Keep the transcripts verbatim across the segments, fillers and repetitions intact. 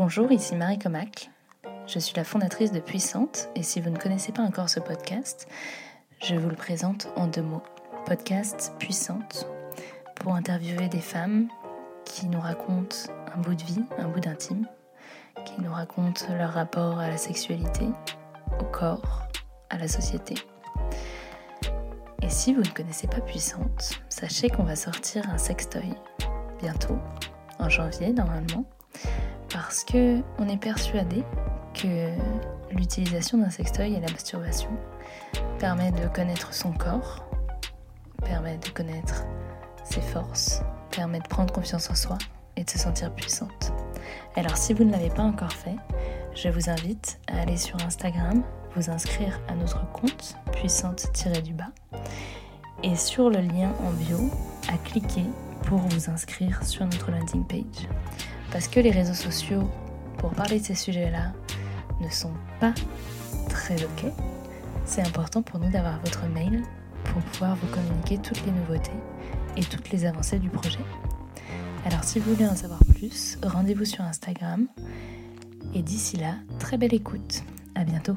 Bonjour, ici Marie Comac. Je suis la fondatrice de Puissante et si vous ne connaissez pas encore ce podcast, je vous le présente en deux mots. Podcast Puissante pour interviewer des femmes qui nous racontent un bout de vie, un bout d'intime, qui nous racontent leur rapport à la sexualité, au corps, à la société. Et si vous ne connaissez pas Puissante, sachez qu'on va sortir un sextoy bientôt, en janvier normalement, parce qu'on est persuadé que l'utilisation d'un sextoy et la masturbation permet de connaître son corps, permet de connaître ses forces, permet de prendre confiance en soi et de se sentir puissante. Alors si vous ne l'avez pas encore fait, je vous invite à aller sur Instagram, vous inscrire à notre compte puissante-du-bas et sur le lien en bio, à cliquer pour vous inscrire sur notre landing page. Parce que les réseaux sociaux, pour parler de ces sujets-là, ne sont pas très ok. C'est important pour nous d'avoir votre mail pour pouvoir vous communiquer toutes les nouveautés et toutes les avancées du projet. Alors si vous voulez en savoir plus, rendez-vous sur Instagram. Et d'ici là, très belle écoute. À bientôt.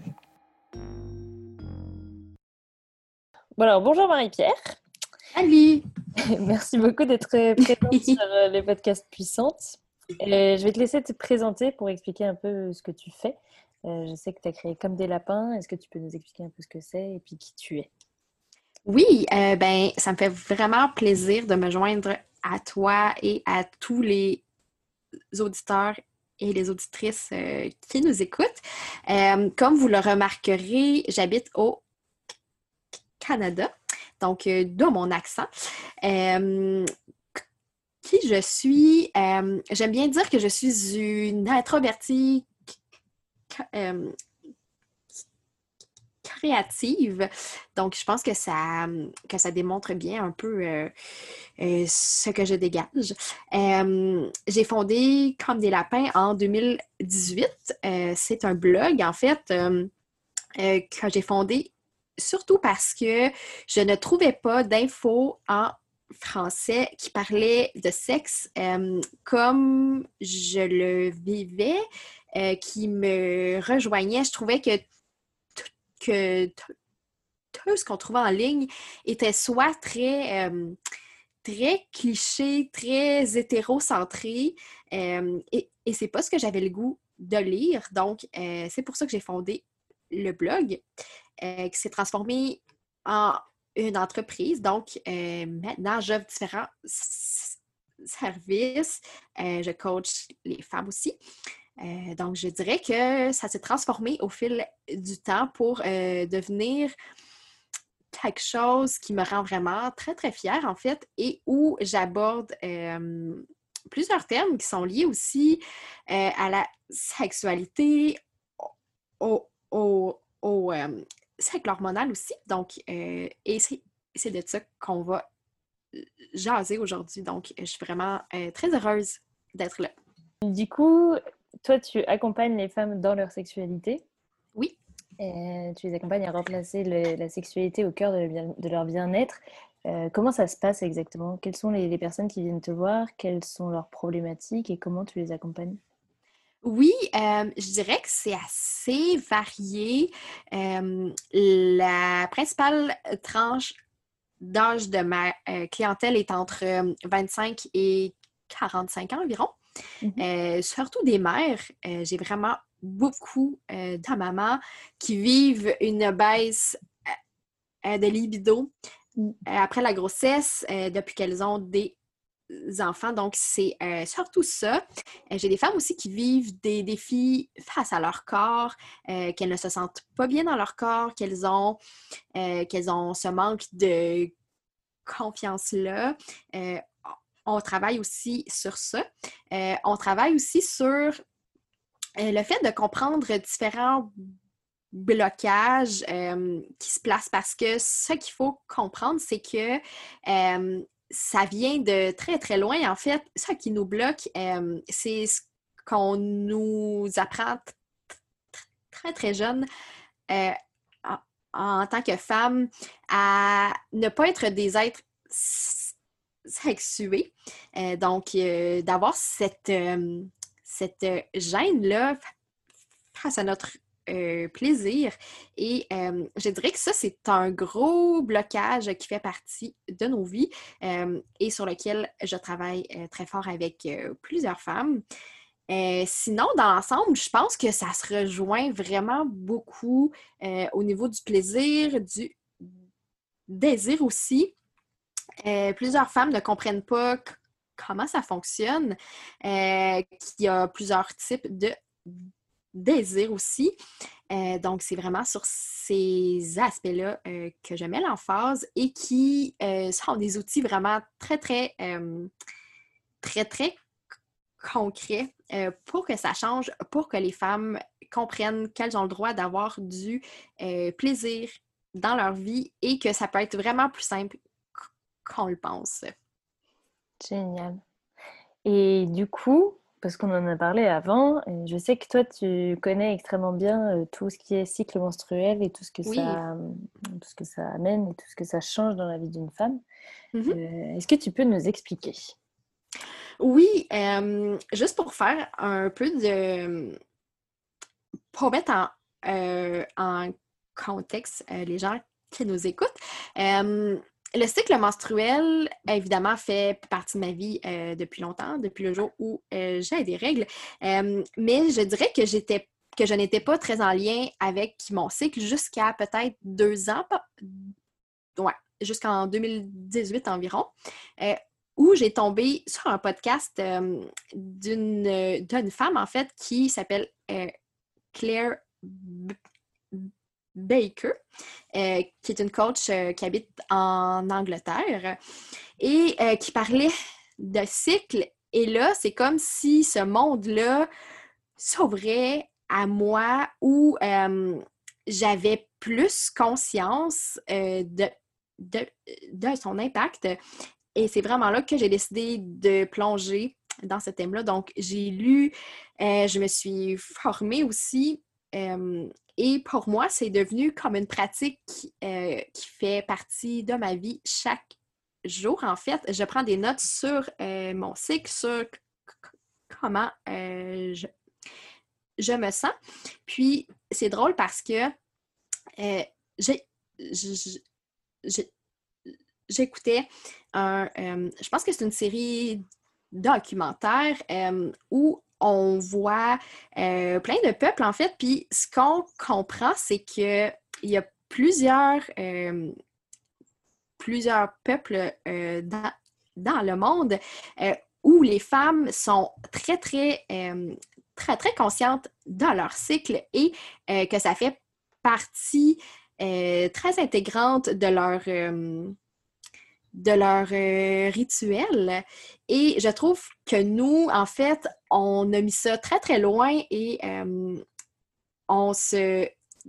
Bon alors, bonjour Marie-Pierre. Salut. Merci beaucoup d'être présente sur les podcasts Puissantes. Euh, je vais te laisser te présenter pour expliquer un peu ce que tu fais. Euh, je sais que tu as créé Comme des lapins. Est-ce que tu peux nous expliquer un peu ce que c'est et puis qui tu es? Oui, euh, ben ça me fait vraiment plaisir de me joindre à toi et à tous les auditeurs et les auditrices euh, qui nous écoutent. Euh, comme vous le remarquerez, j'habite au Canada, donc euh, d'où mon accent. Euh, qui je suis? Euh, j'aime bien dire que je suis une introvertie euh, créative. Donc, je pense que ça, que ça démontre bien un peu euh, euh, ce que je dégage. Euh, j'ai fondé Comme des lapins en deux mille dix-huit. Euh, c'est un blog, en fait, euh, euh, que j'ai fondé surtout parce que je ne trouvais pas d'infos en français qui parlait de sexe euh, comme je le vivais, euh, qui me rejoignait. Je trouvais que que tout ce qu'on trouvait en ligne était soit très, euh, très cliché, très hétérocentré, euh, et, et c'est pas ce que j'avais le goût de lire. Donc, euh, c'est pour ça que j'ai fondé le blog, euh, qui s'est transformé en une entreprise. Donc, euh, maintenant, j'offre différents s- services. Euh, je coach les femmes aussi. Euh, donc, je dirais que ça s'est transformé au fil du temps pour euh, devenir quelque chose qui me rend vraiment très, très fière, en fait, et où j'aborde euh, plusieurs thèmes qui sont liés aussi euh, à la sexualité, au, au, au euh, cycle hormonal aussi. Donc, euh, et c'est, c'est de ça qu'on va jaser aujourd'hui. Donc, je suis vraiment euh, très heureuse d'être là. Du coup, toi, tu accompagnes les femmes dans leur sexualité. Oui. Et tu les accompagnes à remplacer le, la sexualité au cœur de, bien, de leur bien-être. Euh, comment ça se passe exactement? Quelles sont les, les personnes qui viennent te voir? Quelles sont leurs problématiques et comment tu les accompagnes? Oui, euh, je dirais que c'est assez varié. Euh, la principale tranche d'âge de ma euh, clientèle est entre euh, vingt-cinq et quarante-cinq ans environ. Mm-hmm. Euh, surtout des mères. Euh, j'ai vraiment beaucoup euh, de mamans qui vivent une baisse euh, de libido euh, après la grossesse, euh, depuis qu'elles ont des enfants. Donc, c'est euh, surtout ça. Euh, j'ai des femmes aussi qui vivent des défis face à leur corps, euh, qu'elles ne se sentent pas bien dans leur corps, qu'elles ont, euh, qu'elles ont ce manque de confiance-là. Euh, on travaille aussi sur ça. Euh, on travaille aussi sur euh, le fait de comprendre différents blocages euh, qui se placent parce que ce qu'il faut comprendre, c'est que euh, ça vient de très, très loin. En fait, ce qui nous bloque, euh, c'est ce qu'on nous apprend t- t- très, très jeune euh, en, en tant que femme à ne pas être des êtres s- sexués. Euh, donc, euh, d'avoir cette, euh, cette gêne-là face à notre euh, plaisir. Et euh, je dirais que ça, c'est un gros blocage qui fait partie de nos vies euh, et sur lequel je travaille euh, très fort avec euh, plusieurs femmes. Euh, sinon, dans l'ensemble, je pense que ça se rejoint vraiment beaucoup euh, au niveau du plaisir, du désir aussi. Euh, plusieurs femmes ne comprennent pas c- comment ça fonctionne, euh, qu'il y a plusieurs types de désir aussi. Euh, donc, c'est vraiment sur ces aspects-là euh, que je mets l'emphase et qui euh, sont des outils vraiment très, très, euh, très, très concrets euh, pour que ça change, pour que les femmes comprennent qu'elles ont le droit d'avoir du euh, plaisir dans leur vie et que ça peut être vraiment plus simple qu'on le pense. Génial. Et du coup, parce qu'on en a parlé avant, et je sais que toi, tu connais extrêmement bien euh, tout ce qui est cycle menstruel et tout ce que Oui. ça, tout ce que ça amène et tout ce que ça change dans la vie d'une femme. Mhm. Euh, est-ce que tu peux nous expliquer? Oui, euh, juste pour faire un peu de... pour mettre en, euh, en contexte euh, les gens qui nous écoutent, euh, le cycle menstruel, évidemment, fait partie de ma vie euh, depuis longtemps, depuis le jour où euh, j'ai des règles. Euh, mais je dirais que j'étais que je n'étais pas très en lien avec mon cycle jusqu'à peut-être deux ans, pas- ouais, jusqu'en deux mille dix-huit environ, euh, où j'ai tombé sur un podcast euh, d'une, d'une femme, en fait, qui s'appelle euh, Claire B- Baker, euh, qui est une coach euh, qui habite en Angleterre et euh, qui parlait de cycle. Et là, c'est comme si ce monde-là s'ouvrait à moi où euh, j'avais plus conscience euh, de, de, de son impact. Et c'est vraiment là que j'ai décidé de plonger dans ce thème-là. Donc, j'ai lu, euh, je me suis formée aussi. Euh, et pour moi, c'est devenu comme une pratique euh, qui fait partie de ma vie chaque jour. En fait, je prends des notes sur euh, mon cycle, sur c- c- comment euh, je, je me sens. Puis, c'est drôle parce que euh, j'ai, j- j- j'écoutais un, euh, je pense que c'est une série documentaire euh, où on voit euh, plein de peuples, en fait, puis ce qu'on comprend, c'est qu'il y a plusieurs, euh, plusieurs peuples euh, dans, dans le monde euh, où les femmes sont très, très, euh, très, très conscientes dans leur cycle et euh, que ça fait partie euh, très intégrante de leur... euh, de leur euh, rituel. Et je trouve que nous, en fait, on a mis ça très, très loin et euh, on se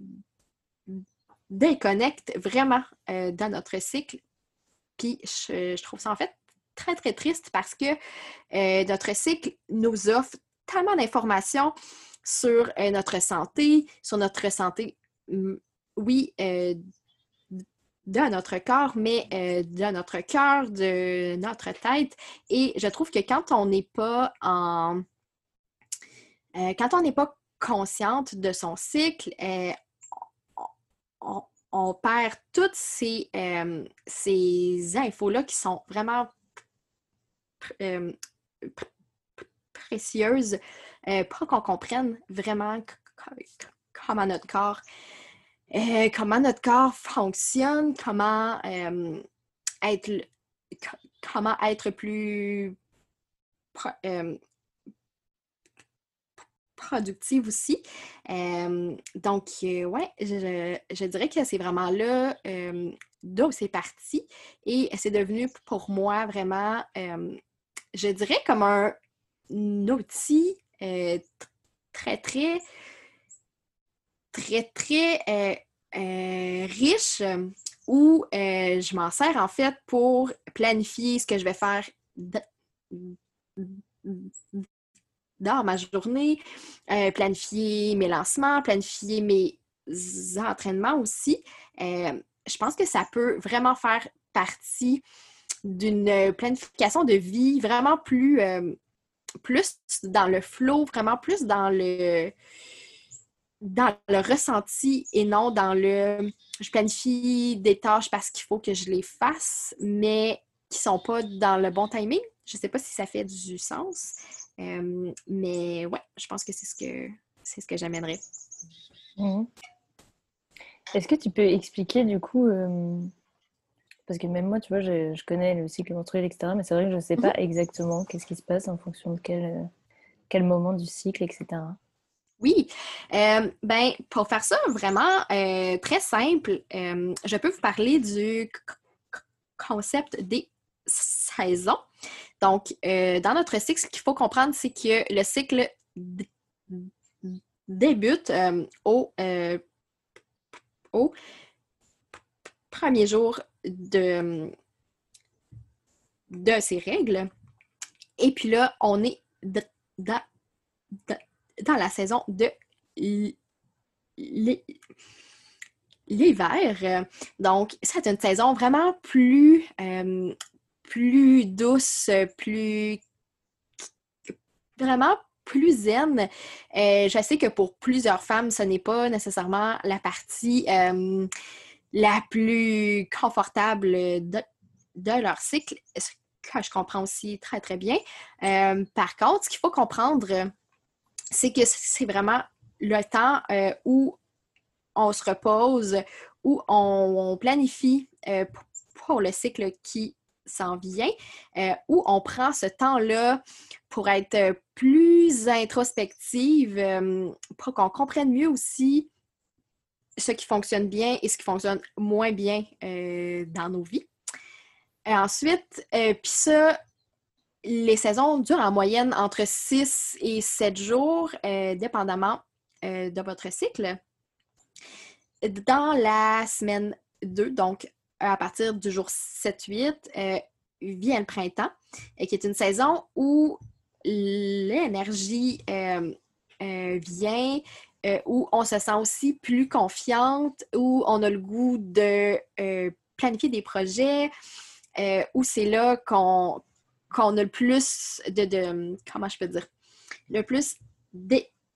déconnecte vraiment euh, dans notre cycle. Puis je, je trouve ça, en fait, très, très triste parce que euh, notre cycle nous offre tellement d'informations sur euh, notre santé, sur notre santé, oui, euh, de notre corps, mais euh, de notre cœur, de notre tête. Et je trouve que quand on n'est pas en... euh, quand on n'est pas consciente de son cycle, euh, on, on perd toutes ces, euh, ces infos-là qui sont vraiment euh, pr- pr- précieuses euh, pour qu'on comprenne vraiment c- c- comment notre corps euh, comment notre corps fonctionne, comment euh, être comment être plus pro- euh, productive aussi. Euh, donc, euh, ouais, je, je dirais que c'est vraiment là euh, d'où c'est parti et c'est devenu pour moi vraiment, euh, je dirais comme un, un outil euh, très, très, très, très euh, euh, riche euh, où euh, je m'en sers en fait pour planifier ce que je vais faire d- dans ma journée, euh, planifier mes lancements, planifier mes entraînements aussi. Euh, je pense que ça peut vraiment faire partie d'une planification de vie vraiment plus, euh, plus dans le flow, vraiment plus dans le dans le ressenti et non dans le je planifie des tâches parce qu'il faut que je les fasse, mais qui sont pas dans le bon timing. Je sais pas si ça fait du sens. Euh, mais ouais, je pense que c'est ce que c'est ce que j'amènerais. Mhm. Est-ce que tu peux expliquer du coup, euh, parce que même moi, tu vois, je, je connais le cycle menstruel, et cetera, mais c'est vrai que je ne sais pas exactement qu'est-ce qui se passe en fonction de quel, euh, quel moment du cycle, et cetera. Oui, euh, ben pour faire ça vraiment euh, très simple, euh, je peux vous parler du c- c- concept des saisons. Donc, euh, dans notre cycle, ce qu'il faut comprendre, c'est que le cycle d- débute euh, au, euh, au premier jour de, de ses règles. Et puis là, on est d- dans, d- dans la saison de l- l- l'hiver. Donc, c'est une saison vraiment plus, euh, plus douce, plus vraiment plus zen. Euh, je sais que pour plusieurs femmes, ce n'est pas nécessairement la partie euh, la plus confortable de, de leur cycle, ce que je comprends aussi très, très bien. Euh, par contre, ce qu'il faut comprendre, c'est que c'est vraiment le temps euh, où on se repose, où on, on planifie euh, pour le cycle qui s'en vient, euh, où on prend ce temps-là pour être plus introspective, euh, pour qu'on comprenne mieux aussi ce qui fonctionne bien et ce qui fonctionne moins bien euh, dans nos vies. Et ensuite, euh, puis ça, les saisons durent en moyenne entre six et sept jours, euh, dépendamment euh, de votre cycle. Dans la semaine deux, donc à partir du jour sept huit, euh, vient le printemps, et qui est une saison où l'énergie euh, euh, vient, euh, où on se sent aussi plus confiante, où on a le goût de euh, planifier des projets, euh, où c'est là qu'on qu'on a le plus de, de comment je peux dire, le plus de,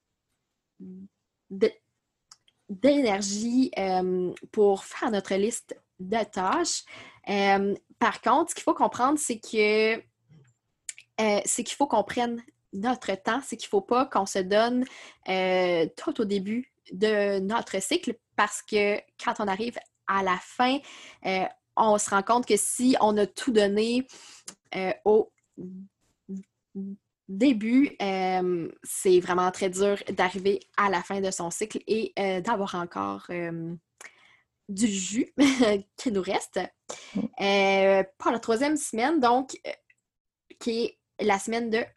de d'énergie euh, pour faire notre liste de tâches. Euh, par contre, ce qu'il faut comprendre, c'est que euh, c'est qu'il faut qu'on prenne notre temps, c'est qu'il ne faut pas qu'on se donne euh, tout au début de notre cycle, parce que quand on arrive à la fin, euh, on se rend compte que si on a tout donné euh, au début, euh, c'est vraiment très dur d'arriver à la fin de son cycle et euh, d'avoir encore euh, du jus qui nous reste. Euh, pour la troisième semaine, donc, euh, qui est la semaine de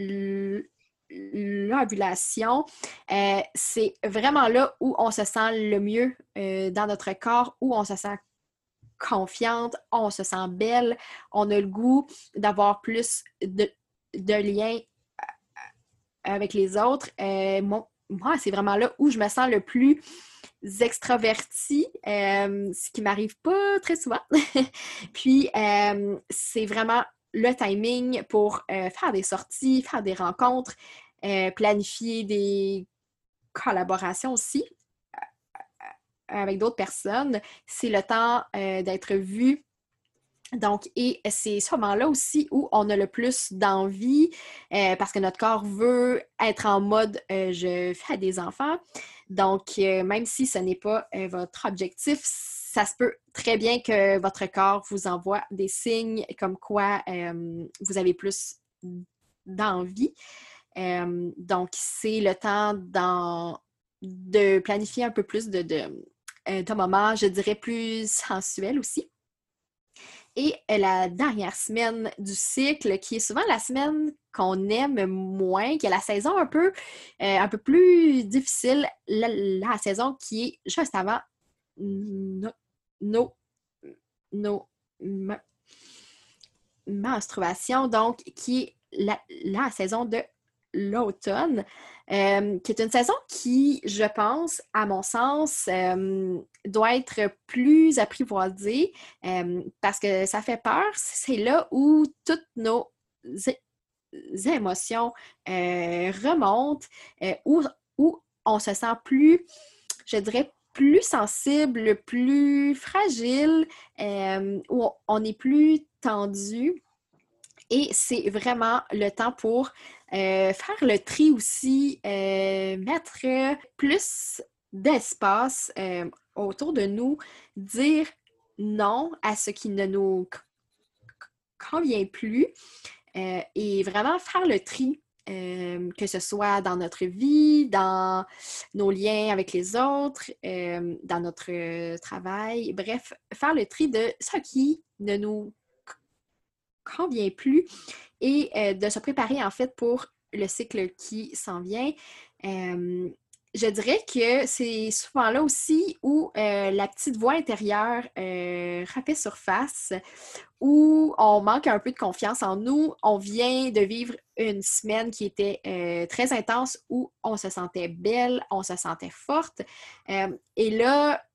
l'ovulation, euh, c'est vraiment là où on se sent le mieux euh, dans notre corps, où on se sent confiante, on se sent belle, on a le goût d'avoir plus de, de liens avec les autres. Euh, moi, moi c'est vraiment là où je me sens le plus extravertie, euh, ce qui m'arrive pas très souvent. Puis, euh, c'est vraiment le timing pour euh, faire des sorties, faire des rencontres, euh, planifier des collaborations aussi avec d'autres personnes. C'est le temps euh, d'être vu. Donc, et c'est ce moment-là aussi où on a le plus d'envie euh, parce que notre corps veut être en mode euh, je fais des enfants. Donc, euh, même si ce n'est pas euh, votre objectif, ça se peut très bien que votre corps vous envoie des signes comme quoi euh, vous avez plus d'envie. Euh, donc, c'est le temps dans, de planifier un peu plus de, de, euh, de moments, je dirais, plus sensuels aussi. Et la dernière semaine du cycle, qui est souvent la semaine qu'on aime moins, qui est la saison un peu, euh, un peu plus difficile, la, la saison qui est juste avant nos, nos, nos ma- menstruations, donc qui est la, la saison de l'automne, euh, qui est une saison qui, je pense, à mon sens, euh, doit être plus apprivoisée euh, parce que ça fait peur. C'est là où toutes nos émotions euh, remontent, euh, où, où on se sent plus, je dirais, plus sensible, plus fragile, euh, où on est plus tendu. Et c'est vraiment le temps pour euh, faire le tri aussi, euh, mettre plus d'espace euh, autour de nous, dire non à ce qui ne nous convient plus euh, et vraiment faire le tri. Euh, que ce soit dans notre vie, dans nos liens avec les autres, euh, dans notre travail, bref, faire le tri de ce qui ne nous convient plus et euh, de se préparer en fait pour le cycle qui s'en vient. Euh, je dirais que c'est souvent là aussi où euh, la petite voix intérieure euh, refait surface, où on manque un peu de confiance en nous. On vient de vivre une semaine qui était euh, très intense, où on se sentait belle, on se sentait forte. Euh, et là,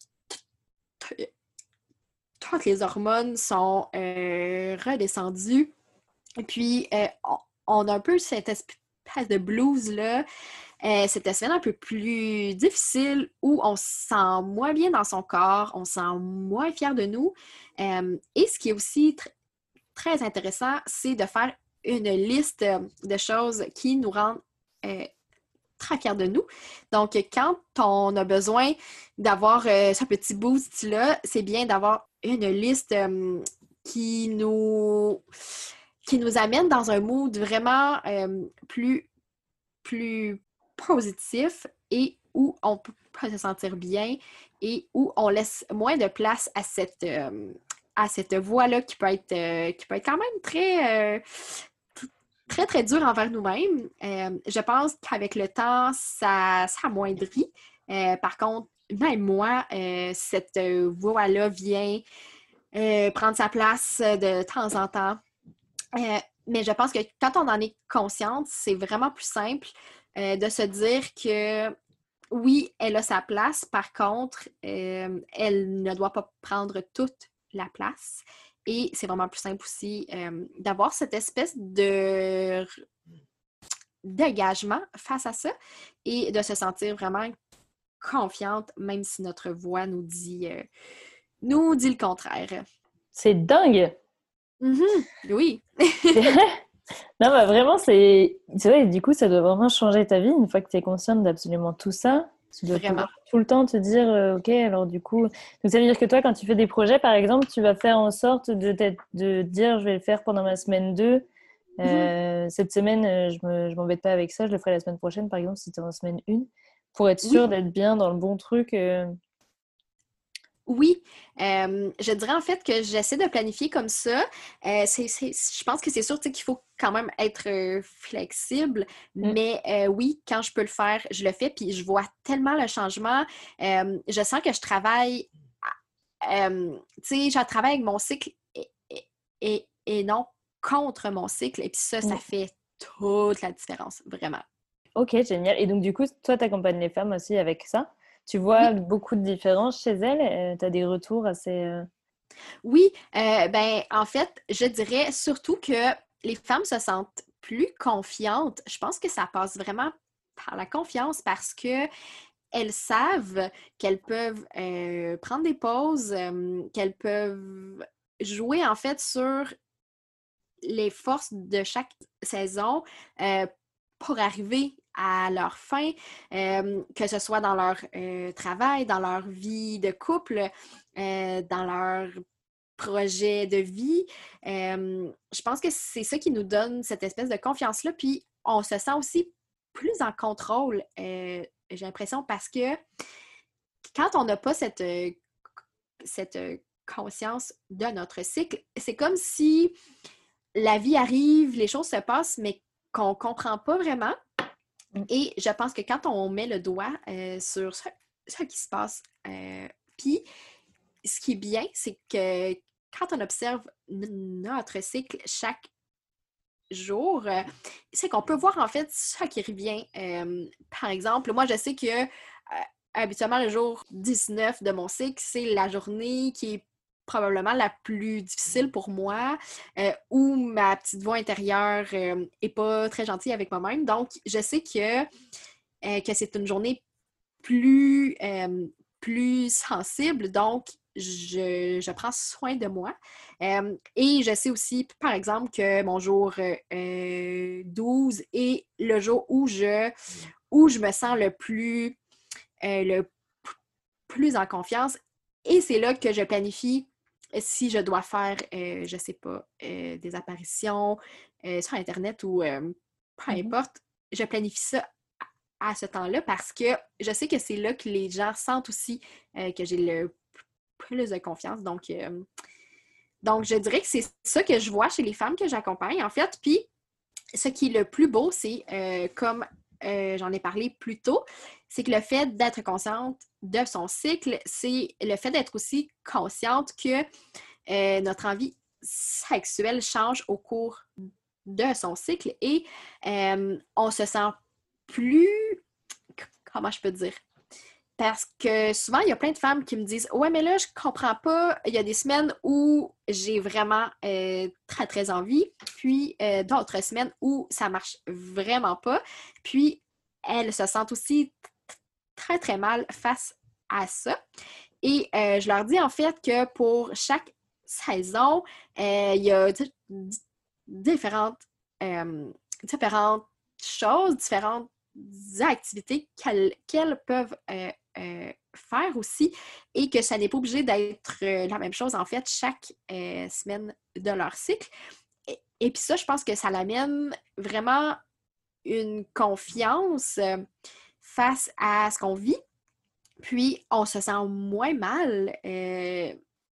toutes les hormones sont euh, redescendues. Et puis, euh, on, on a un peu cette espèce de blues-là, euh, cette semaine un peu plus difficile où on se sent moins bien dans son corps, on se sent moins fier de nous. Euh, et ce qui est aussi tr- très intéressant, c'est de faire une liste de choses qui nous rendent euh, très fiers de nous. Donc, quand on a besoin d'avoir euh, ce petit boost-là, c'est bien d'avoir une liste euh, qui nous qui nous amène dans un mood vraiment euh, plus, plus positif et où on peut se sentir bien et où on laisse moins de place à cette, euh, à cette voix-là qui peut être, euh, qui peut être quand même très, euh, très, très dure envers nous-mêmes. Euh, je pense qu'avec le temps, ça s'amoindrit. Euh, par contre, même moi, euh, cette voix-là vient euh, prendre sa place de temps en temps. Euh, mais je pense que quand on en est consciente, c'est vraiment plus simple euh, de se dire que oui, elle a sa place. Par contre, euh, elle ne doit pas prendre toute la place. Et c'est vraiment plus simple aussi euh, d'avoir cette espèce de d'engagement face à ça et de se sentir vraiment confiante, même si notre voix nous dit, euh, nous dit le contraire. C'est dingue! Mm-hmm, oui. Non, bah vraiment, c'est c'est vrai, du coup, ça doit vraiment changer ta vie une fois que tu es consciente d'absolument tout ça. Tu dois Vraiment. pouvoir tout le temps te dire, euh, OK, alors du coup... Donc, ça veut dire que toi, quand tu fais des projets, par exemple, tu vas faire en sorte de, t'être- de dire, je vais le faire pendant ma semaine deux. Euh, Mm-hmm. Cette semaine, euh, je me, je m'embête pas avec ça, je le ferai la semaine prochaine, par exemple, si tu es en semaine un, pour être Oui. sûr d'être bien dans le bon truc. euh. Oui, euh, je dirais en fait que j'essaie de planifier comme ça. Euh, c'est, c'est- je pense que c'est sûr tu sais, qu'il faut quand même être euh, flexible, Mm. mais euh, oui, quand je peux le faire, je le fais, puis je vois tellement le changement. Euh, je sens que je travaille, euh, tu sais, je travaille avec mon cycle et, et, et- et non contre mon cycle, et puis ça, ça Mm. fait toute la différence, vraiment. Ok, génial. Et donc, du coup, toi, tu accompagnes les femmes aussi avec ça. Tu vois Oui. beaucoup de différences chez elles. Tu as des retours assez... euh, Oui, euh, ben en fait, je dirais surtout que les femmes se sentent plus confiantes. Je pense que ça passe vraiment par la confiance parce que elles savent qu'elles peuvent euh, prendre des pauses, euh, qu'elles peuvent jouer en fait sur les forces de chaque saison euh, pour arriver à leur fin, euh, que ce soit dans leur euh, travail, dans leur vie de couple, euh, dans leur projet de vie. Euh, je pense que c'est ça qui nous donne cette espèce de confiance-là. Puis on se sent aussi plus en contrôle, euh, j'ai l'impression, parce que quand on n'a pas cette, euh, cette euh, conscience de notre cycle, c'est comme si la vie arrive, les choses se passent, mais qu'on ne comprend pas vraiment. Et je pense que quand on met le doigt euh, sur ce, ce qui se passe, euh, puis ce qui est bien, c'est que quand on observe notre cycle chaque jour, euh, c'est qu'on peut voir en fait ce qui revient. Euh, par exemple, moi, je sais que euh, habituellement, le jour dix-neuf de mon cycle, c'est la journée qui est probablement la plus difficile pour moi, euh, où ma petite voix intérieure euh, est pas très gentille avec moi-même. Donc, je sais que, euh, que c'est une journée plus, euh, plus sensible. Donc, je, je prends soin de moi. Euh, et je sais aussi, par exemple, que mon jour euh, douze est le jour où je, où je me sens le plus, euh, le p- plus en confiance. Et c'est là que je planifie si je dois faire, euh, je sais pas, euh, des apparitions euh, sur Internet ou euh, peu Mhm. importe, je planifie ça à ce temps-là parce que je sais que c'est là que les gens sentent aussi euh, que j'ai le plus de confiance. Donc, euh, donc, je dirais que c'est ça que je vois chez les femmes que j'accompagne, en fait. Puis, ce qui est le plus beau, c'est, euh, comme euh, j'en ai parlé plus tôt, c'est que le fait d'être consciente de son cycle, c'est le fait d'être aussi consciente que euh, notre envie sexuelle change au cours de son cycle et euh, on se sent plus... Comment je peux dire? Parce que souvent, il y a plein de femmes qui me disent « Ouais, mais là, je comprends pas. Il y a des semaines où j'ai vraiment euh, très, très envie, puis euh, d'autres semaines où ça marche vraiment pas. » Puis, elles se sentent aussi très, très mal face à ça. Et euh, je leur dis en fait que pour chaque saison, euh, il y a d- d- différentes, euh, différentes choses, différentes activités qu'elles qu'elles peuvent euh, euh, faire aussi et que ça n'est pas obligé d'être euh, la même chose en fait chaque euh, semaine de leur cycle. Et, et puis ça, je pense que ça l'amène vraiment une confiance euh, face à ce qu'on vit. Puis, on se sent moins mal euh,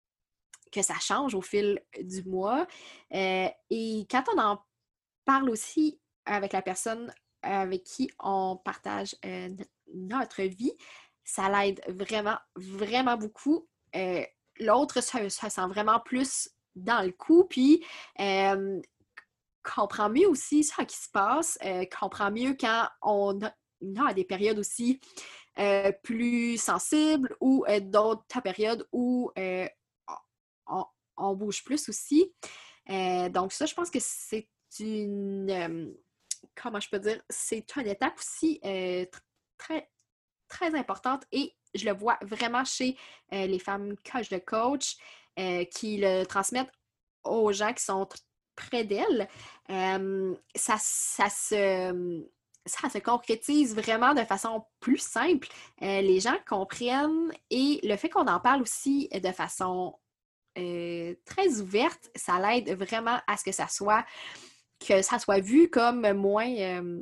que ça change au fil du mois. Euh, et quand on en parle aussi avec la personne avec qui on partage euh, notre vie, ça l'aide vraiment, vraiment beaucoup. Euh, L'autre se, se sent vraiment plus dans le coup, puis euh, comprend mieux aussi ce qui se passe, euh, comprend mieux quand on a, on a des périodes aussi euh, plus sensibles ou euh, d'autres périodes où euh, on, on bouge plus aussi. Euh, donc ça, je pense que c'est une... euh, comment je peux dire? C'est une étape aussi euh, très, très importante et je le vois vraiment chez euh, les femmes que je coach euh, qui le transmettent aux gens qui sont près d'elles. Euh, ça, ça se ça se concrétise vraiment de façon plus simple. Euh, les gens comprennent et le fait qu'on en parle aussi de façon euh, très ouverte, ça l'aide vraiment à ce que ça soit que ça soit vu comme moins, euh,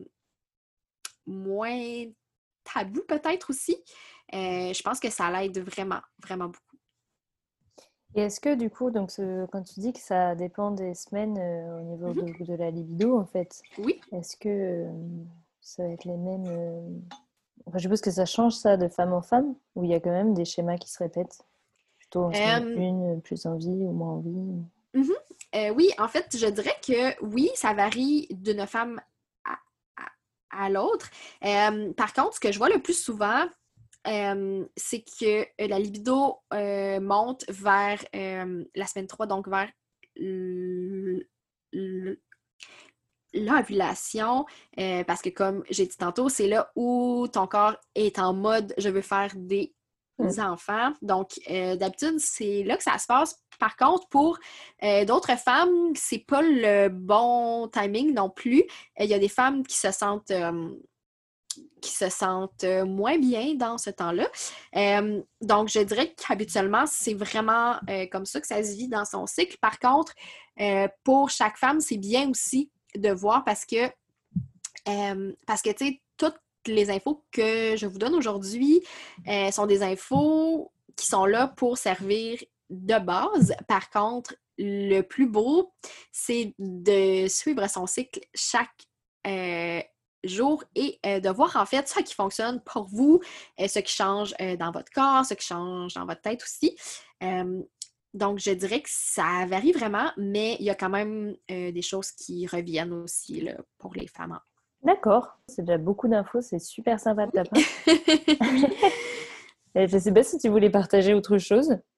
moins tabou peut-être aussi. Euh, je pense que ça l'aide vraiment, vraiment beaucoup. Et est-ce que du coup, donc ce- quand tu dis que ça dépend des semaines euh, au niveau Mm-hmm. de, de la libido, en fait, Oui. est-ce que euh, ça va être les mêmes... euh, Enfin, je suppose que ça change ça de femme en femme, ou il y a quand même des schémas qui se répètent, plutôt en semaine Euh, une, plus envie ou moins envie. mm-hmm. Euh, oui, en fait, je dirais que oui, ça varie d'une femme à, à, à l'autre. Euh, par contre, ce que je vois le plus souvent, euh, c'est que la libido euh, monte vers euh, la semaine trois, donc vers l- l- l'ovulation, euh, parce que comme j'ai dit tantôt, c'est là où ton corps est en mode « je veux faire des Mm. enfants ». Donc, euh, d'habitude, c'est là que ça se passe. Par contre, pour euh, d'autres femmes, c'est pas le bon timing non plus. Il y a des femmes qui se sentent... euh, qui se sentent euh, moins bien dans ce temps-là. Euh, donc, je dirais qu'habituellement, c'est vraiment euh, comme ça que ça se vit dans son cycle. Par contre, euh, pour chaque femme, c'est bien aussi de voir parce que, euh, parce que tu sais, toutes les infos que je vous donne aujourd'hui euh, sont des infos qui sont là pour servir de base. Par contre, le plus beau, c'est de suivre son cycle chaque euh, jour et euh, de voir en fait ce qui fonctionne pour vous, euh, ce qui change euh, dans votre corps, ce qui change dans votre tête aussi. Euh, donc, je dirais que ça varie vraiment, mais il y a quand même euh, des choses qui reviennent aussi là, pour les femmes. D'accord, c'est déjà beaucoup d'infos, c'est super sympa de ta part. Oui. Et je ne sais pas si tu voulais partager autre chose.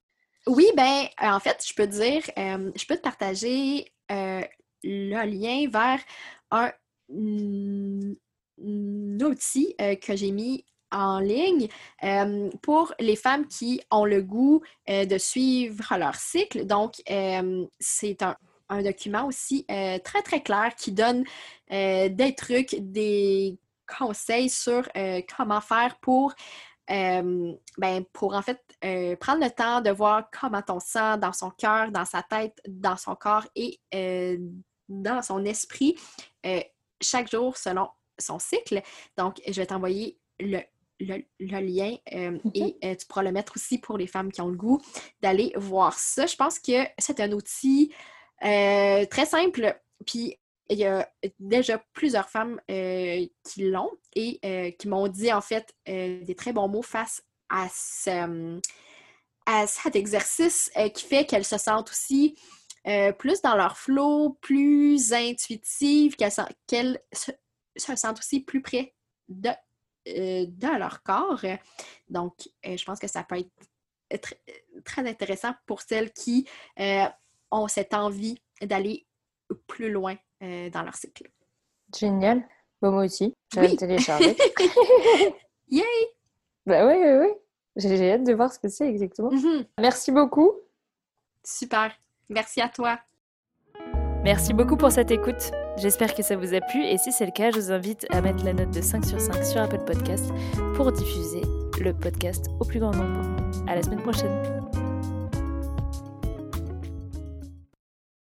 Oui, ben, euh, en fait, je peux te dire, euh, je peux te partager euh, le lien vers un, mm, un outil euh, que j'ai mis en ligne euh, pour les femmes qui ont le goût euh, de suivre leur cycle. Donc, euh, c'est un, un document aussi euh, très, très clair qui donne euh, des trucs, des conseils sur euh, comment faire pour euh, ben, pour en fait euh, prendre le temps de voir comment on sent dans son cœur, dans sa tête, dans son corps et euh, dans son esprit euh, chaque jour selon son cycle. Donc, je vais t'envoyer le, le, le lien euh, mm-hmm. et euh, tu pourras le mettre aussi pour les femmes qui ont le goût d'aller voir ça. Je pense que c'est un outil euh, très simple, puis il y a déjà plusieurs femmes euh, qui l'ont et euh, qui m'ont dit en fait euh, des très bons mots face à, ce, à cet exercice euh, qui fait qu'elles se sentent aussi euh, plus dans leur flow, plus intuitives, qu'elles, qu'elles se, se sentent aussi plus près de, euh, de leur corps. Donc, euh, je pense que ça peut être très, très intéressant pour celles qui euh, ont cette envie d'aller plus loin euh, dans leur cycle. Génial. Bon, moi aussi, je vais oui. le télécharger. Yay! Bah oui, oui, oui. J'ai, j'ai hâte de voir ce que c'est exactement. Mm-hmm. Merci beaucoup. Super. Merci à toi. Merci beaucoup pour cette écoute. J'espère que ça vous a plu et si c'est le cas, je vous invite à mettre la note de cinq sur cinq sur Apple Podcast pour diffuser le podcast au plus grand nombre. À la semaine prochaine.